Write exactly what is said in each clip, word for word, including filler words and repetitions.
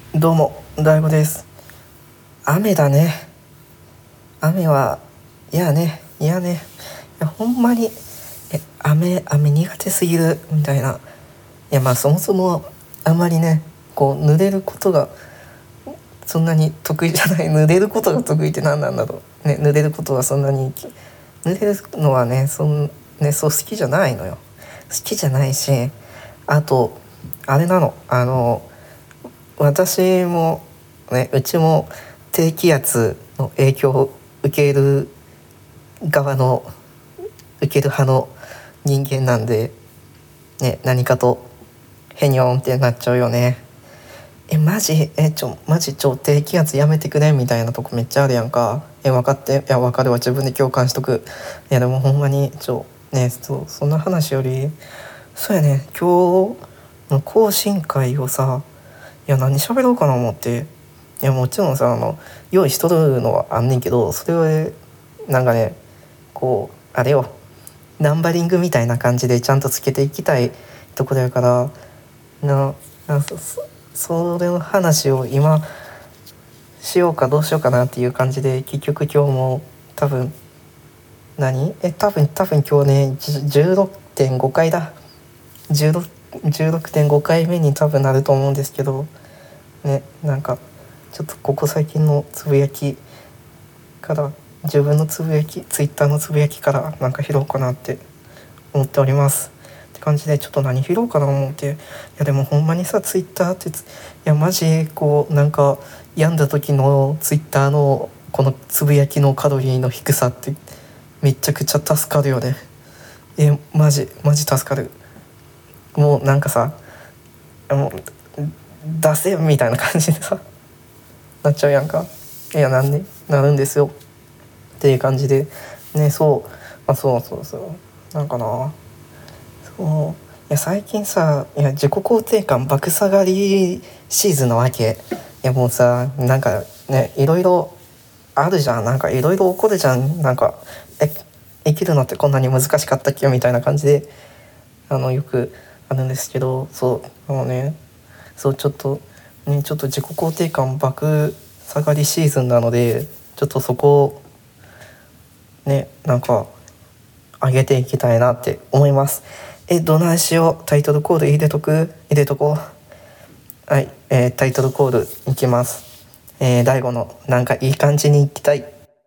どうも、大悟です。雨だね。雨は嫌ね、嫌ね。いや、ほんまに、え、雨、雨苦手すぎる、みたいな。いや、まあ、そもそも、あんまりね、こう、濡れることが、そんなに得意じゃない。濡れることが得意って何なんだろう。ね、濡れることはそんなに、濡れるのはね、そん、ね、そう好きじゃないのよ。好きじゃないし、あと、あれなの、あの、私もね、うちも低気圧の影響を受ける側の受ける派の人間なんで、ね、何かとヘニョンってなっちゃうよね。えマジえちょマジちょ低気圧やめてくれみたいなとこめっちゃあるやんか。え分かって、いや分かるわ、自分で共感しとく。いやでもほんまにちょねそそんな話より、そうやね、今日の懇親会をさ、いや何喋ろうかな思って。いやもちろんさ、あの用意しとるのはあんねんけど、それをなんかね、こうあれよ、ナンバリングみたいな感じでちゃんとつけていきたいところやから、ななそそそれの話を今しようかどうしようかなっていう感じで、結局今日も多分何え多分多分今日ねじゅうろくてんごかいだ。じゅうろく じゅうろくてんごかいめに多分なると思うんですけどね。なんかちょっとここ最近のつぶやきから、自分のつぶやき、ツイッターのつぶやきからなんか拾おうかなって思っておりますって感じで、ちょっと何拾おうかな思って。いやでもほんまにさ、ツイッターっていやマジこうなんか病んだ時のツイッターのこのつぶやきのカロリーの低さってめちゃくちゃ助かるよね。えマジマジ助かる。もうなんかさ、もう出せみたいな感じでさなっちゃうやんか。いやなんでなるんですよっていう感じでね。そう、まあ、そうそうそうなんかな。そういや最近さ、いや自己肯定感爆下がりシーズンなわけ。いやもうさ、なんかね、いろいろあるじゃん。なんかいろいろ起こるじゃん。なんかえ生きるのってこんなに難しかったっけみたいな感じで、あのよくあるんですけど、そうあのね、そうちょっとね、ちょっと自己肯定感爆下がりシーズンなので、ちょっとそこをね、なんか上げていきたいなって思います。えどないしよう。タイトルコール入れとく入れとこう。はい、えー、タイトルコールいきます。えー、大悟のなんかいい感じにいきたい。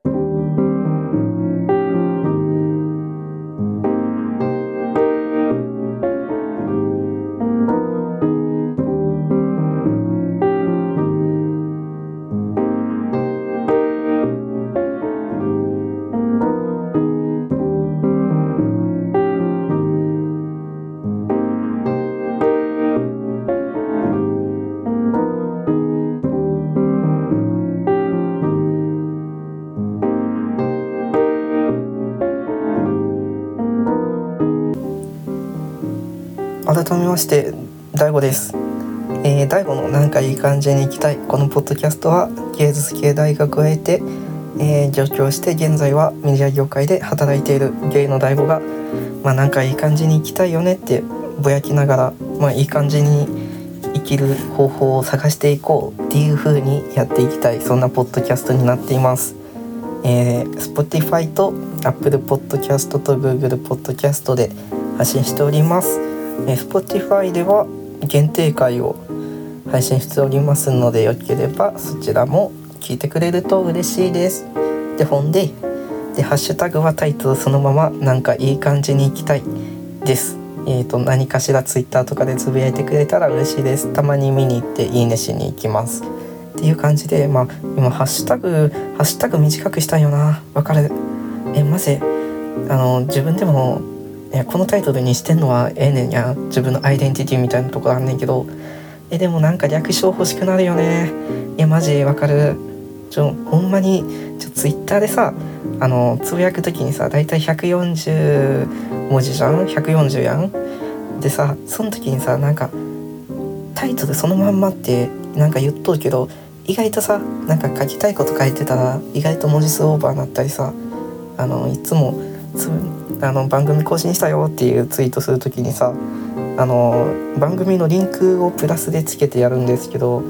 改めまして大悟です。えー、大悟のなんかいい感じにいきたい。このポッドキャストは芸術系大学を経て、えー、上京して現在はメディア業界で働いている芸の大悟が、まあなんかいい感じにいきたいよねってぼやきながら、まあいい感じに生きる方法を探していこうっていう風にやっていきたい、そんなポッドキャストになっています。えー、Spotify と Apple Podcast と Google Podcast で発信しております。えー、Spotify では限定会を配信しておりますので、よければそちらも聞いてくれると嬉しいです。でほんででハッシュタグはタイトルそのままなんかいい感じにいきたいです。えーと何かしらツイッターとかでつぶやいてくれたら嬉しいです。たまに見に行っていいねしに行きますっていう感じで、まあ今ハッシュタグハッシュタグ短くしたいよな。わかる。えマジあの自分でもいやこのタイトルにしてんのはええねんや、自分のアイデンティティみたいなところあんねんけど、えでもなんか略称欲しくなるよね。いやマジわかる。ちょほんまにちょツイッターでさ、あのつぶやくときにさだいたいひゃくよんじゅうもじじゃん。ひゃくよんじゅうやん。でさその時にさなんかタイトルそのまんまってなんか言っとるけど、意外とさなんか書きたいこと書いてたら意外と文字数オーバーになったりさ、あのいつもつあの番組更新したよっていうツイートするときにさ、あの番組のリンクをプラスでつけてやるんですけど、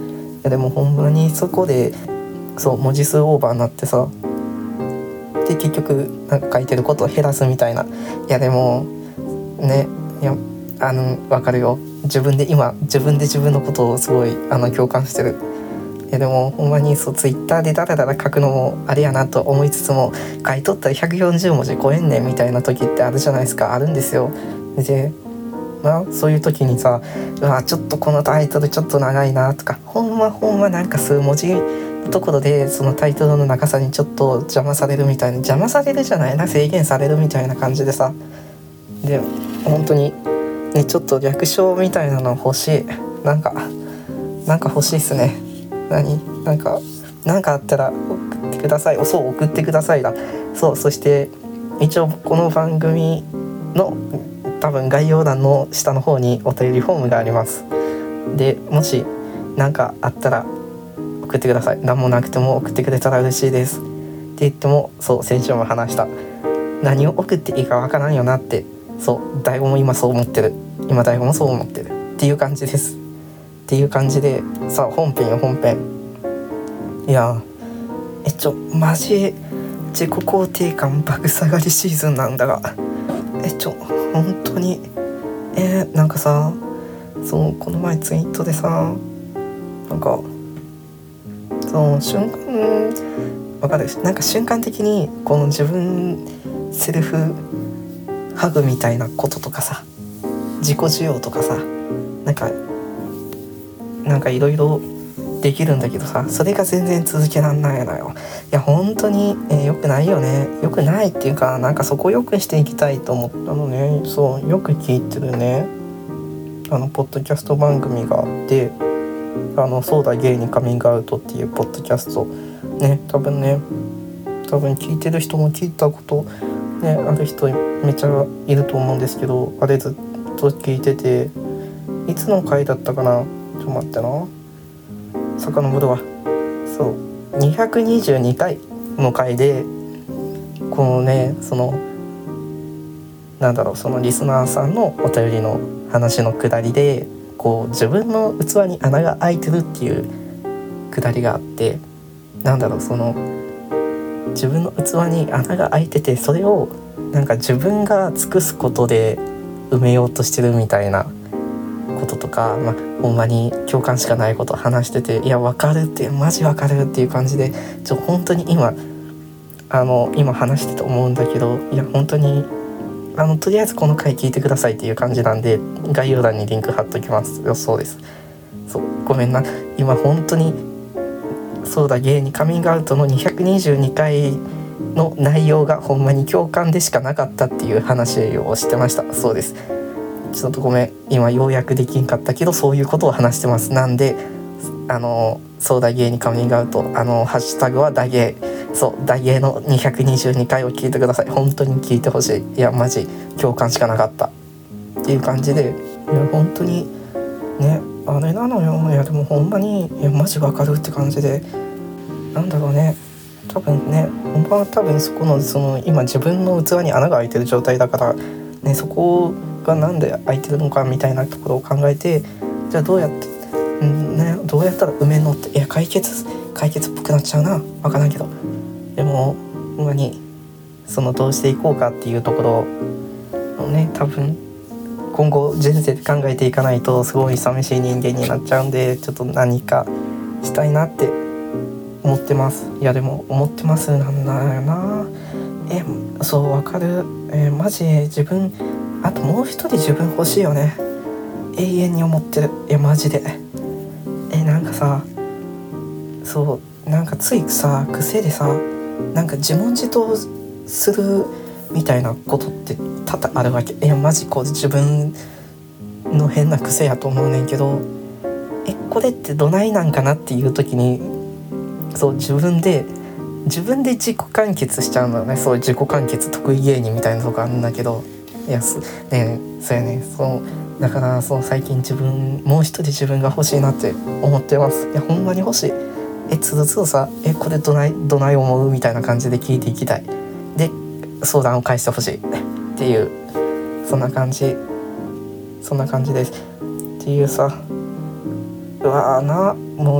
やでもほんまにそこでそう文字数オーバーになってさ、で結局なんか書いてることを減らすみたいな。いやでもね、いやあの分かるよ、自分で今自分で自分のことをすごいあの共感してる。いやでもほんまにそうツイッターでダラダラ書くのもあれやなと思いつつも、書いとったらひゃくよんじゅうもじ超えんねんみたいな時ってあるじゃないですか。あるんですよ。でまあそういう時にさ、うわちょっとこのタイトルちょっと長いなとか、ほんまほんまなんか数文字のところでそのタイトルの長さにちょっと邪魔されるみたいな、邪魔されるじゃないな、制限されるみたいな感じでさ、で本当にねちょっと略称みたいなの欲しい。なんかなんか欲しいっすね。何なんかなんかあったら送ってください。そう送ってくださいだ。そうそして一応この番組の多分概要欄の下の方にお便りフォームがあります。でもし何かあったら送ってください。何もなくても送ってくれたら嬉しいです。って言ってもそう先週も話した、何を送っていいかわからんよなって、そう大悟も今そう思ってる。今大悟もそう思ってるっていう感じですっていう感じでさあ本編よ本編。いやえちょマジ自己肯定感爆下がりシーズンなんだが、えちょ本当にえー、なんかさ、そうこの前ツイートでさ、なんかそう瞬間わかる、なんか瞬間的にこの自分セルフハグみたいなこととかさ、自己需要とかさ、なんかなんかいろいろできるんだけどさ、それが全然続けらんないのよ。いや本当に、えー、良くないよね。良くないっていうか、なんかそこを良くしていきたいと思ったのね。そうよく聞いてるね、あのポッドキャスト番組があって、あのそうだゲイにカミングアウトっていうポッドキャストね、多分ね多分聞いてる人も聞いたことねある人めっちゃいると思うんですけど、あれずっと聞いてて、いつの回だったかな、ちょっと待ってな、遡るわ。そうにひゃくにじゅうにかいの回でこのね、そのなんだろう、そのリスナーさんのお便りの話のくだりで、こう自分の器に穴が開いてるっていうくだりがあって、なんだろう、その自分の器に穴が開いてて、それをなんか自分が尽くすことで埋めようとしてるみたいなこととか、まあ、ほんまに共感しかないことを話してて、いや分かるってマジ分かるっていう感じで、ちょ本当に今あの今話してて思うんだけど、いや本当にあのとりあえずこの回聞いてくださいっていう感じなんで、概要欄にリンク貼っときますよ。そうです。そうごめんな、今本当にそうだゲイにカミングアウトのにひゃくにじゅうにかいの内容がほんまに共感でしかなかったっていう話をしてました。そうです。ちょっとごめん今要約できんかったけど、そういうことを話してます。なんであのそうだゲイにカミングアウト、あのハッシュタグはダゲイ、そうダゲイのにひゃくにじゅうにかいを聞いてください。本当に聞いてほしい。いやマジ共感しかなかったっていう感じで、いや本当にねあれなのよ。いやでもほんまにいやマジわかるって感じで、なんだろうね、多分ねほんまは多分そこのその今自分の器に穴が開いてる状態だからね、そこがなんで開いてるのかみたいなところを考えて、じゃあどうやって、うんね、どうやったら埋めんのって、いや解決解決っぽくなっちゃうな、わからんけど、でもほんまにそのどうしていこうかっていうところをね、多分今後人生で考えていかないとすごい寂しい人間になっちゃうんで、ちょっと何かしたいなって思ってます。いやでも思ってますなんだよな。えそうわかる。えマジ自分あともう一人自分欲しいよね。永遠に思ってる。いやマジでえなんかさ、そうなんかついさ癖でさ、なんか自問自答するみたいなことって多々あるわけ。いやマジこう自分の変な癖やと思うねんけど、えこれってどないなんかなっていう時に、そう自分で自分で自己完結しちゃうのよね。そう自己完結得意芸人みたいなとこあるんだけど、いやすねそうやね、そうだからそう最近自分もう一人自分が欲しいなって思ってます。いやほんまに欲しい。えつどつどさえこれどないどない思うみたいな感じで聞いていきたい。で相談を返してほしいっていう、そんな感じそんな感じですっていうさ、うわーなもう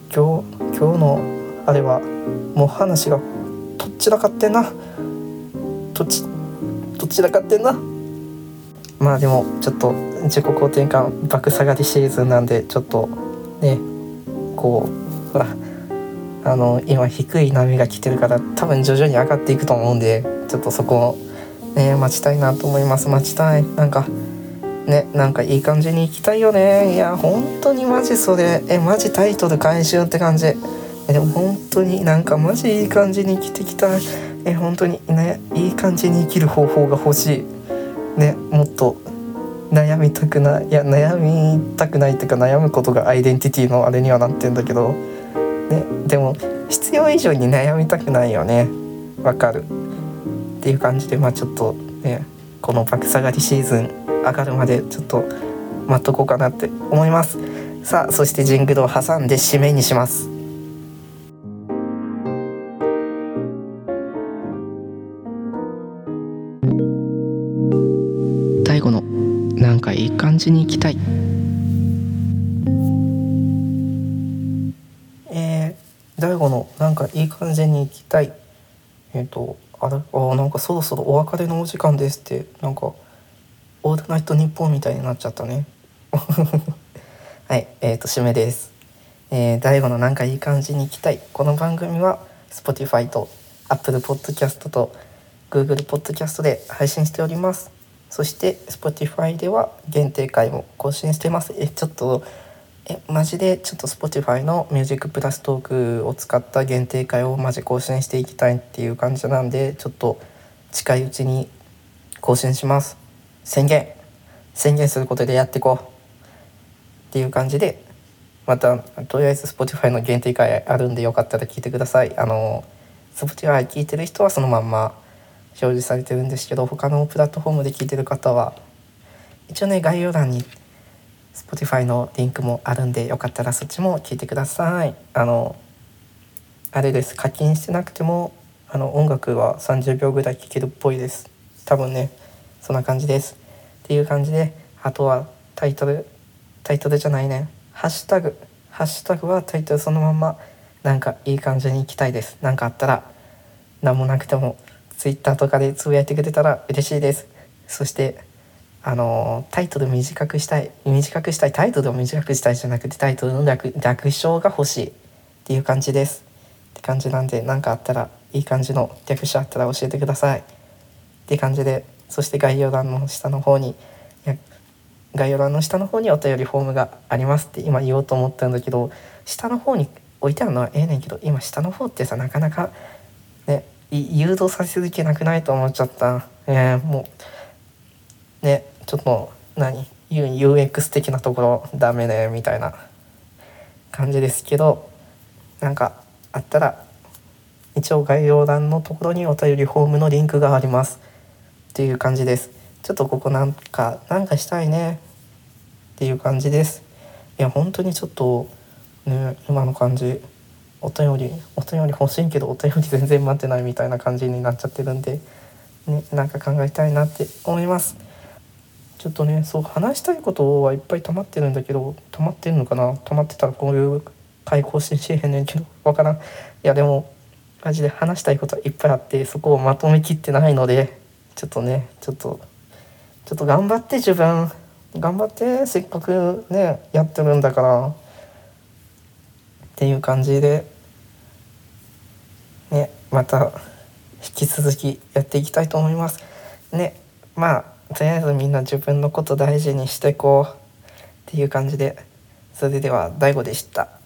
今日今日のあれはもう話がとっちらかってんなとっちどちらかってんな。まあでもちょっと自己肯定感爆下がりシーズンなんで、ちょっとねこうほらあの今低い波が来てるから多分徐々に上がっていくと思うんで、ちょっとそこをね待ちたいなと思います。待ちたい。なんかねなんかいい感じに行きたいよね。いや本当にマジそれえマジタイトル回収って感じ。えでも本当になんかマジいい感じに生きてきた。え本当にねいい感じに生きる方法が欲しいね。もっと悩みたくない、いや悩みたくないっていうか、悩むことがアイデンティティのあれにはなってんだけどね。でも必要以上に悩みたくないよね。わかるっていう感じで、まあちょっとねこの爆下がりシーズン上がるまでちょっと待っとこうかなって思います。さあそしてジングルを挟んで締めにします。大悟のなんかいい感じに行きたい。えー、大悟のなんかいい感じに行きたい。えっ、ー、とあれあなんかそろそろお別れのお時間ですって、なんかオールナイトニッポンみたいになっちゃったねはい、えーと締めです。えー、大悟のなんかいい感じに行きたい。この番組は Spotify と Apple Podcast と Google Podcast で配信しております。そして Spotify では限定回も更新しています。えちょっとえマジでちょっと Spotify のミュージックプラストークを使った限定回をマジ更新していきたいっていう感じなんで、ちょっと近いうちに更新します。宣言宣言することでやっていこうっていう感じで、またとりあえず Spotify の限定回あるんでよかったら聞いてください。あの Spotify 聞いてる人はそのまんま表示されてるんですけど、他のプラットフォームで聞いてる方は一応ね概要欄に Spotify のリンクもあるんで、よかったらそっちも聞いてください。あのあれです、課金してなくてもあの音楽はさんじゅうびょうぐらい聴けるっぽいです。多分ねそんな感じですっていう感じで、あとはタイトルタイトルじゃないねハッシュタグハッシュタグはタイトルそのまんまなんかいい感じに行きたいです。なんかあったら何もなくても Twitter とかでつぶやいてくれたら嬉しいです。そしてあのタイトル短くしたい短くしたいタイトルを短くしたいじゃなくて、タイトルの 略, 略称が欲しいっていう感じですって感じなんで、何かあったらいい感じの略称あったら教えてくださいって感じで、そして概要欄の下の方に概要欄の下の方にお便りフォームがありますって今言おうと思ったんだけど、下の方に置いてあるのはええねんけど、今下の方ってさなかなかね誘導させる気なくないと思っちゃった。えー、もうねちょっと何 ユーエックス 的なところダメねみたいな感じですけど、なんかあったら一応概要欄のところにお便りフォームのリンクがありますっていう感じです。ちょっとここなんかなんかしたいねっていう感じです。いや本当にちょっとね今の感じお便りお便り欲しいけどお便り全然待ってないみたいな感じになっちゃってるんで、ね、なんか考えたいなって思います。ちょっとねそう話したいことはいっぱい溜まってるんだけど、溜まってるのかな、溜まってたらこういう回更新しへんねんけどわからん。いやでもマジで話したいことはいっぱいあって、そこをまとめきってないので、ちょっとねちょっとちょっと頑張って自分頑張って、せっかくねやってるんだからっていう感じでね、また引き続きやっていきたいと思いますね。まあとりあえずみんな自分のこと大事にしてこうっていう感じで、それでは大悟でした。